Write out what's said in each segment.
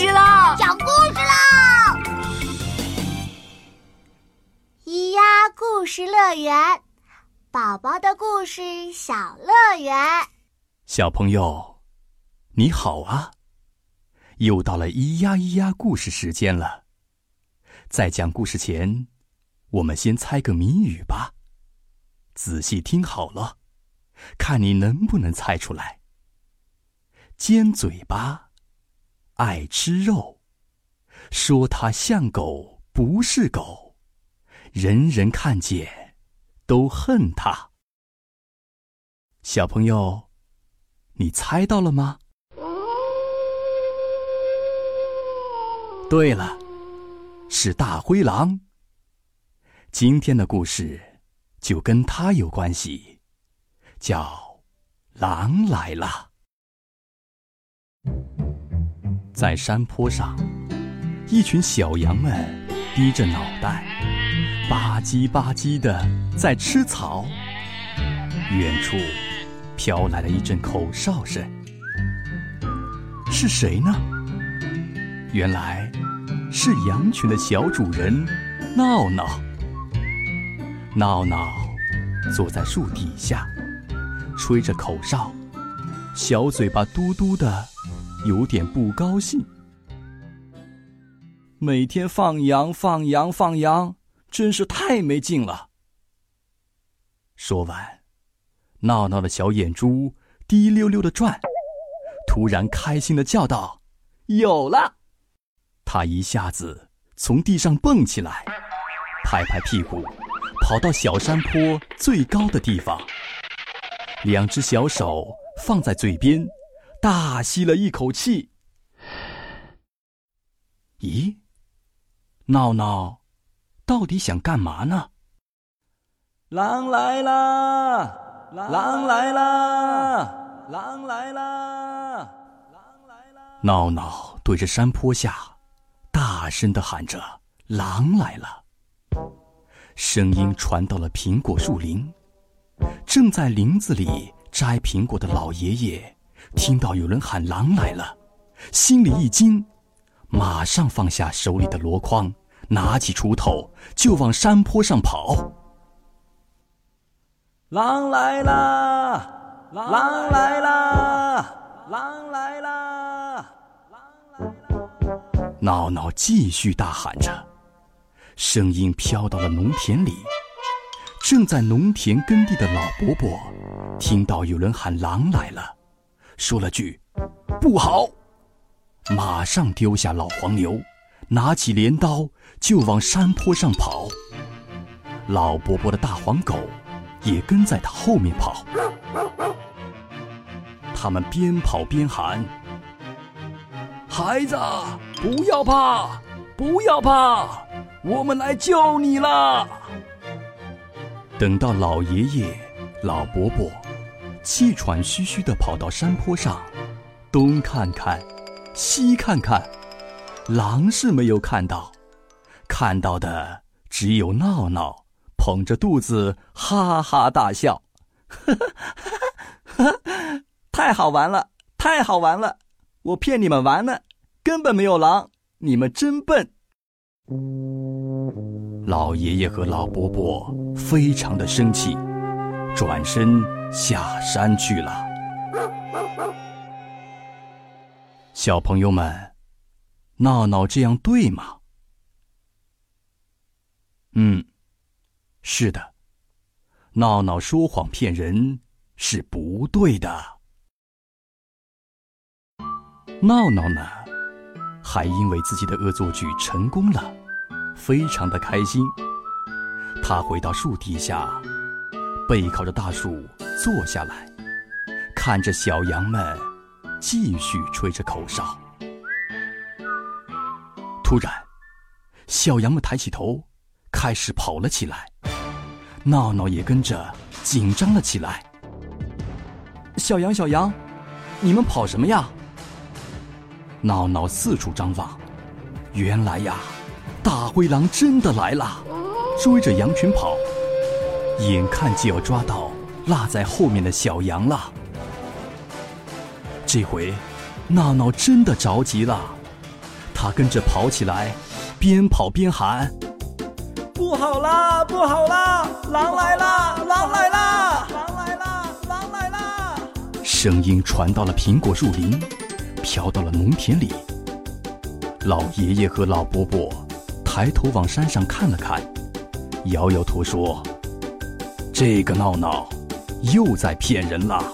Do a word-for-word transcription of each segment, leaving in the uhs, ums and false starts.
起啦！ 讲故事啦！咿呀故事乐园，宝宝的故事小乐园。 小朋友，你好啊！又到了咿呀咿呀故事时间了。在讲故事前，我们先猜个谜语吧。仔细听好了，看你能不能猜出来。尖嘴巴，爱吃肉，说它像狗不是狗，人人看见都恨它。小朋友，你猜到了吗？对了，是大灰狼。今天的故事就跟它有关系，叫狼来了。在山坡上，一群小羊们低着脑袋，吧唧吧唧地在吃草。远处飘来了一阵口哨声，是谁呢？原来是羊群的小主人闹闹。闹闹坐在树底下，吹着口哨，小嘴巴嘟嘟的，有点不高兴。每天放羊放羊放羊，真是太没劲了。说完，闹闹的小眼珠滴溜溜的转，突然开心的叫道：有了！他一下子从地上蹦起来，拍拍屁股，跑到小山坡最高的地方，两只小手放在嘴边，大吸了一口气。咦，闹闹到底想干嘛呢？狼来啦！狼来啦！狼来啦！闹闹对着山坡下大声地喊着：狼来了！声音传到了苹果树林，正在林子里摘苹果的老爷爷听到有人喊狼来了，心里一惊，马上放下手里的箩筐，拿起锄头就往山坡上跑。狼来啦！狼来啦！狼来啦！闹闹继续大喊着，声音飘到了农田里。正在农田耕地的老伯伯听到有人喊狼来了，说了句不好，马上丢下老黄牛，拿起镰刀就往山坡上跑。老伯伯的大黄狗也跟在他后面跑。他们边跑边喊：孩子，不要怕，不要怕，我们来救你了。等到老爷爷、老伯伯气喘吁吁地跑到山坡上，东看看，西看看，狼是没有看到，看到的只有闹闹捧着肚子哈哈大笑。太好玩了，太好玩了，我骗你们玩呢，根本没有狼，你们真笨。老爷爷和老伯伯非常的生气，转身下山去了。小朋友们，闹闹这样对吗？嗯，是的，闹闹说谎骗人是不对的。闹闹呢，还因为自己的恶作剧成功了，非常的开心。他回到树底下，背靠着大树坐下来，看着小羊们继续吹着口哨。突然，小羊们抬起头，开始跑了起来，闹闹也跟着紧张了起来。小羊小羊，你们跑什么呀？闹闹四处张望，原来呀，大灰狼真的来了，追着羊群跑，眼看就要抓到落在后面的小羊了。这回闹闹真的着急了， 他跟着跑起来，边跑边喊：不好啦，不好啦，狼来啦，狼来啦，狼来啦，狼来啦！声音传到了苹果树林，飘到了农田里。老爷爷和老伯伯抬头往山上看了看，摇摇头说：这个闹闹又在骗人啦！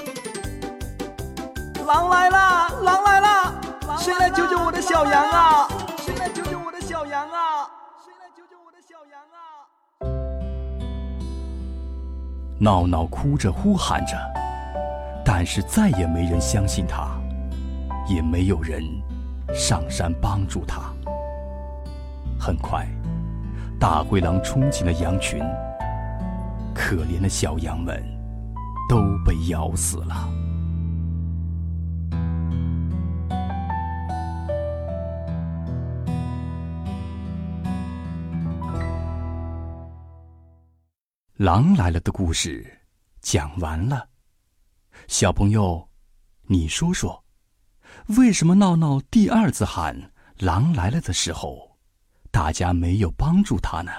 狼来啦，狼来啦！谁来救救我的小羊啊？谁来救救我的小羊啊？谁来救救我的小羊啊？闹闹哭着呼喊着，但是再也没人相信他，也没有人上山帮助他。很快，大灰狼冲进了羊群，可怜的小羊们都被咬死了。狼来了的故事讲完了。小朋友，你说说，为什么闹闹第二次喊狼来了的时候，大家没有帮助他呢？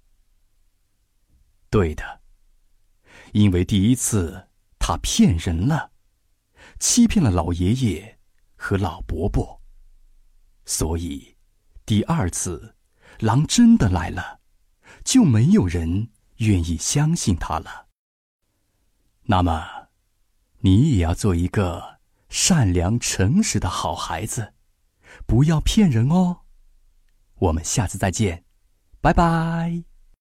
对的，因为第一次他骗人了，欺骗了老爷爷和老伯伯，所以第二次狼真的来了，就没有人愿意相信他了。那么你也要做一个善良诚实的好孩子，不要骗人哦。我们下次再见，拜拜。